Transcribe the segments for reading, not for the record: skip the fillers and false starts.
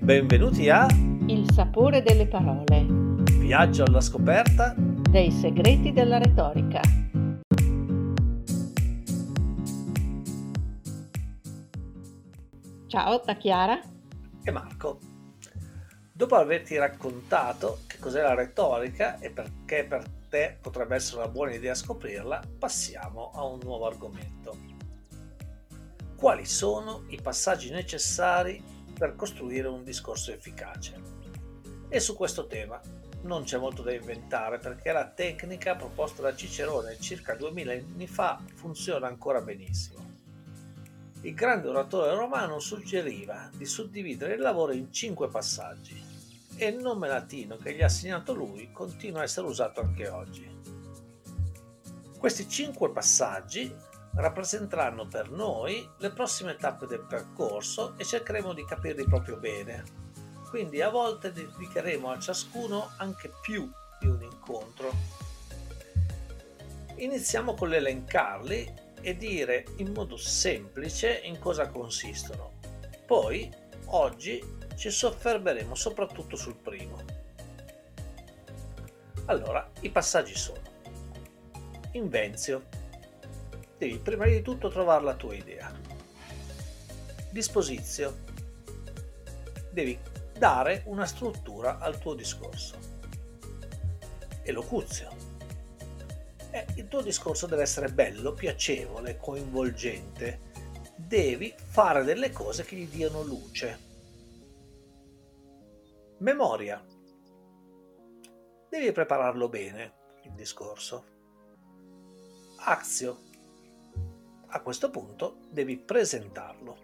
Benvenuti a Il sapore delle parole, Viaggio alla scoperta dei segreti della retorica. Ciao da Chiara. e Marco. Dopo averti raccontato che cos'è la retorica e perché per te potrebbe essere una buona idea scoprirla, passiamo a un nuovo argomento. Quali sono i passaggi necessari per costruire un discorso efficace? E su questo tema non c'è molto da inventare perché la tecnica proposta da Cicerone circa 2000 anni fa funziona ancora benissimo. Il grande oratore romano suggeriva di suddividere il lavoro in 5 passaggi e il nome latino che gli ha assegnato lui continua a essere usato anche oggi. Questi 5 passaggi rappresenteranno per noi le prossime tappe del percorso e cercheremo di capirli proprio bene. Quindi a volte dedicheremo a ciascuno anche più di un incontro. Iniziamo con l'elencarli e dire in modo semplice in cosa consistono. Poi, oggi, ci soffermeremo soprattutto sul primo. Allora, i passaggi sono: invenzio. Devi prima di tutto trovare la tua idea. Disposizio. Devi dare una struttura al tuo discorso. Elocuzio. Il tuo discorso deve essere bello, piacevole, coinvolgente. Devi fare delle cose che gli diano luce. Memoria. Devi prepararlo bene, il discorso. Azio. A questo punto devi presentarlo.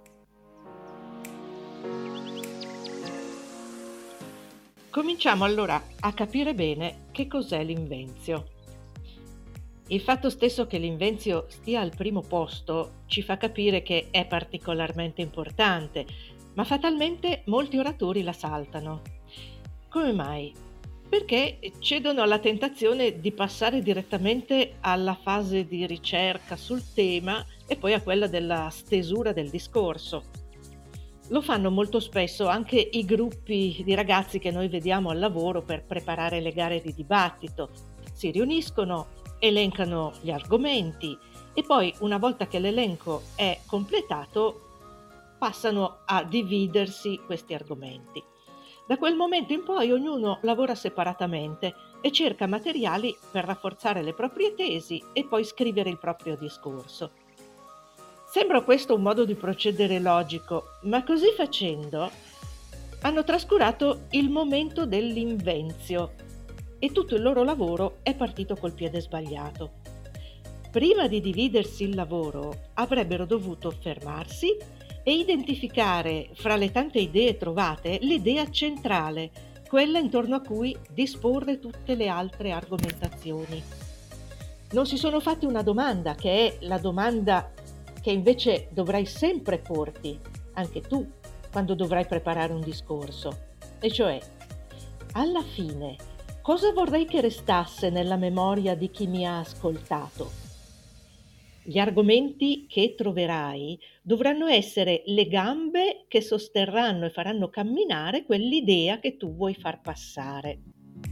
Cominciamo allora a capire bene che cos'è l'invenzio. Il fatto stesso che l'invenzio stia al primo posto ci fa capire che è particolarmente importante, ma fatalmente molti oratori la saltano. Come mai? Perché cedono alla tentazione di passare direttamente alla fase di ricerca sul tema e poi a quella della stesura del discorso. Lo fanno molto spesso anche i gruppi di ragazzi che noi vediamo al lavoro per preparare le gare di dibattito. Si riuniscono, elencano gli argomenti e poi, una volta che l'elenco è completato, passano a dividersi questi argomenti. Da quel momento in poi ognuno lavora separatamente e cerca materiali per rafforzare le proprie tesi e poi scrivere il proprio discorso. Sembra questo un modo di procedere logico, ma così facendo hanno trascurato il momento dell'invenzio e tutto il loro lavoro è partito col piede sbagliato. Prima di dividersi il lavoro avrebbero dovuto fermarsi e identificare fra le tante idee trovate l'idea centrale, quella intorno a cui disporre tutte le altre argomentazioni. Non si sono fatti una domanda, che è la domanda che invece dovrai sempre porti, anche tu, quando dovrai preparare un discorso, e cioè, alla fine, cosa vorrei che restasse nella memoria di chi mi ha ascoltato? Gli argomenti che troverai dovranno essere le gambe che sosterranno e faranno camminare quell'idea che tu vuoi far passare.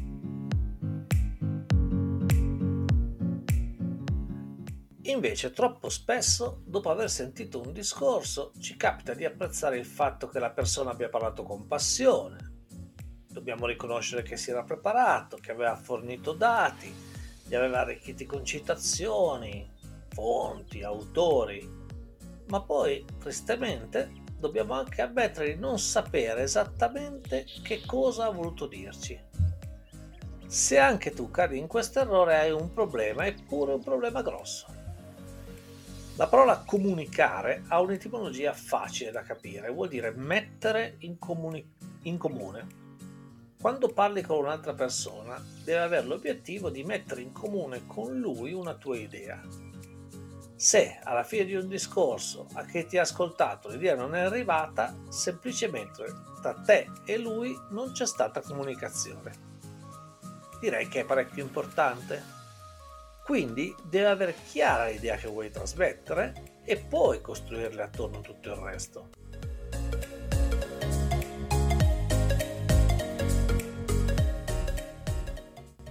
Invece, troppo spesso, dopo aver sentito un discorso, ci capita di apprezzare il fatto che la persona abbia parlato con passione. Dobbiamo riconoscere che si era preparato, che aveva fornito dati, li aveva arricchiti con citazioni, fonti, autori. Ma poi, tristemente, dobbiamo anche ammettere di non sapere esattamente che cosa ha voluto dirci. Se anche tu cadi in questo errore hai un problema, eppure un problema grosso. La parola comunicare ha un'etimologia facile da capire, vuol dire mettere in comune. Quando parli con un'altra persona, deve avere l'obiettivo di mettere in comune con lui una tua idea. Se alla fine di un discorso a chi ti ha ascoltato l'idea non è arrivata, semplicemente tra te e lui non c'è stata comunicazione. Direi che è parecchio importante. Quindi deve avere chiara l'idea che vuoi trasmettere e poi costruirle attorno a tutto il resto.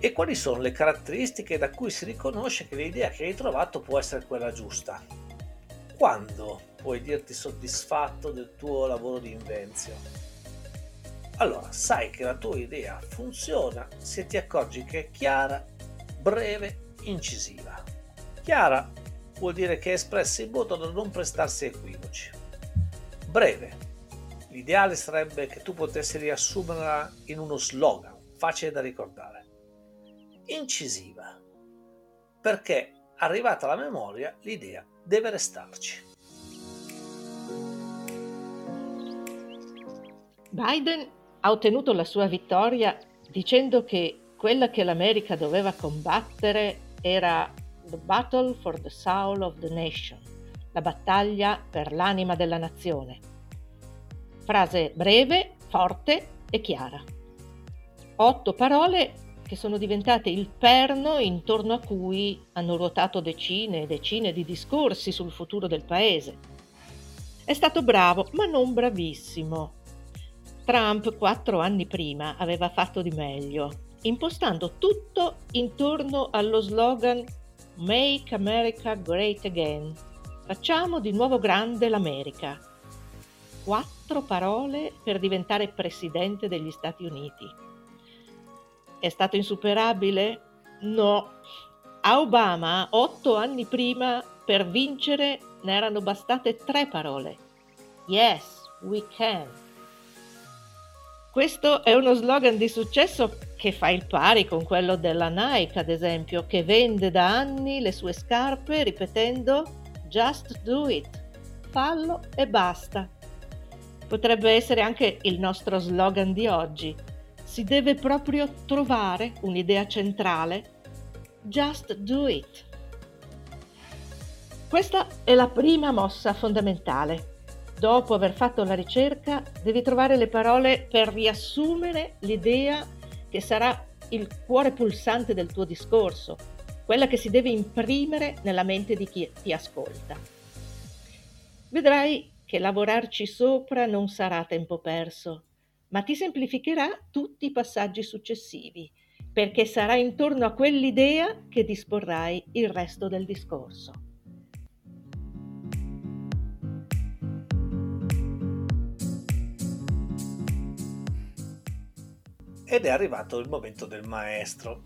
E quali sono le caratteristiche da cui si riconosce che l'idea che hai trovato può essere quella giusta? Quando puoi dirti soddisfatto del tuo lavoro di invenzione? Allora, sai che la tua idea funziona se ti accorgi che è chiara, breve, incisiva. Chiara vuol dire che è espressa in modo da non prestarsi a equivoci. Breve. L'ideale sarebbe che tu potessi riassumerla in uno slogan, facile da ricordare. Incisiva, perché arrivata alla memoria l'idea deve restarci. Biden ha ottenuto la sua vittoria dicendo che quella che l'America doveva combattere era the battle for the soul of the nation, la battaglia per l'anima della nazione. Frase breve, forte e chiara. 8 parole che sono diventate il perno intorno a cui hanno ruotato decine e decine di discorsi sul futuro del paese. È stato bravo, ma non bravissimo. Trump 4 anni prima aveva fatto di meglio, impostando tutto intorno allo slogan Make America Great Again. Facciamo di nuovo grande l'America. 4 parole per diventare presidente degli Stati Uniti. È stato insuperabile? No. A Obama, 8 anni prima, per vincere ne erano bastate 3 parole. Yes, we can. Questo è uno slogan di successo che fa il pari con quello della Nike, ad esempio, che vende da anni le sue scarpe ripetendo Just do it. Fallo e basta. Potrebbe essere anche il nostro slogan di oggi. Si deve proprio trovare un'idea centrale. Just do it. Questa è la prima mossa fondamentale. Dopo aver fatto la ricerca, devi trovare le parole per riassumere l'idea che sarà il cuore pulsante del tuo discorso, quella che si deve imprimere nella mente di chi ti ascolta. Vedrai che lavorarci sopra non sarà tempo perso, ma ti semplificherà tutti i passaggi successivi, perché sarà intorno a quell'idea che disporrai il resto del discorso. Ed è arrivato il momento del maestro.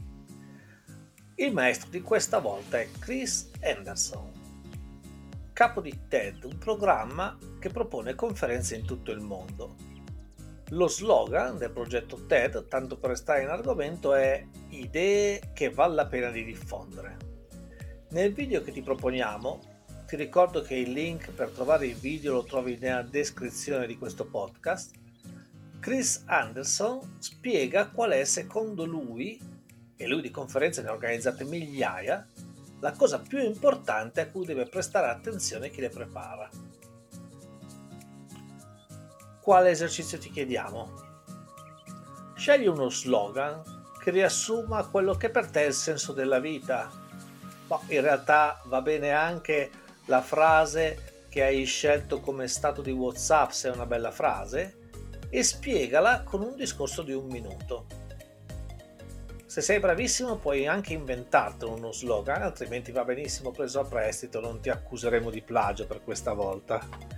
Il maestro di questa volta è Chris Anderson, capo di TED, un programma che propone conferenze in tutto il mondo. Lo slogan del progetto TED, tanto per restare in argomento, è idee che vale la pena di diffondere. Nel video che ti proponiamo, ti ricordo che il link per trovare il video lo trovi nella descrizione di questo podcast. Chris Anderson spiega qual è secondo lui, e lui di conferenze ne ha organizzate migliaia, la cosa più importante a cui deve prestare attenzione chi le prepara. Quale esercizio ti chiediamo? Scegli uno slogan che riassuma quello che per te è il senso della vita. Ma in realtà va bene anche la frase che hai scelto come stato di WhatsApp, se è una bella frase, e spiegala con un discorso di 1 minuto. Se sei bravissimo puoi anche inventartelo uno slogan, altrimenti va benissimo preso a prestito, non ti accuseremo di plagio per questa volta.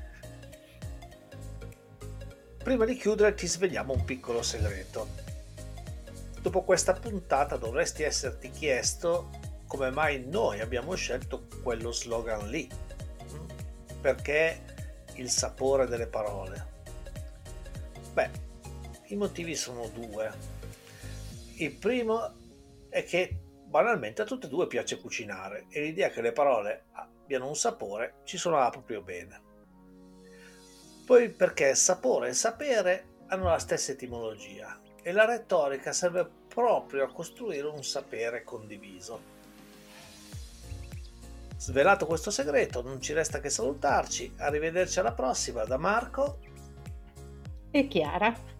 Prima di chiudere ti svegliamo un piccolo segreto. Dopo questa puntata dovresti esserti chiesto come mai noi abbiamo scelto quello slogan lì. Perché il sapore delle parole? Beh, i motivi sono 2. Il primo è che banalmente a tutte e 2 piace cucinare e l'idea che le parole abbiano un sapore ci suonava proprio bene. Poi perché sapore e sapere hanno la stessa etimologia e la retorica serve proprio a costruire un sapere condiviso. Svelato questo segreto, non ci resta che salutarci. Arrivederci alla prossima da Marco E Chiara.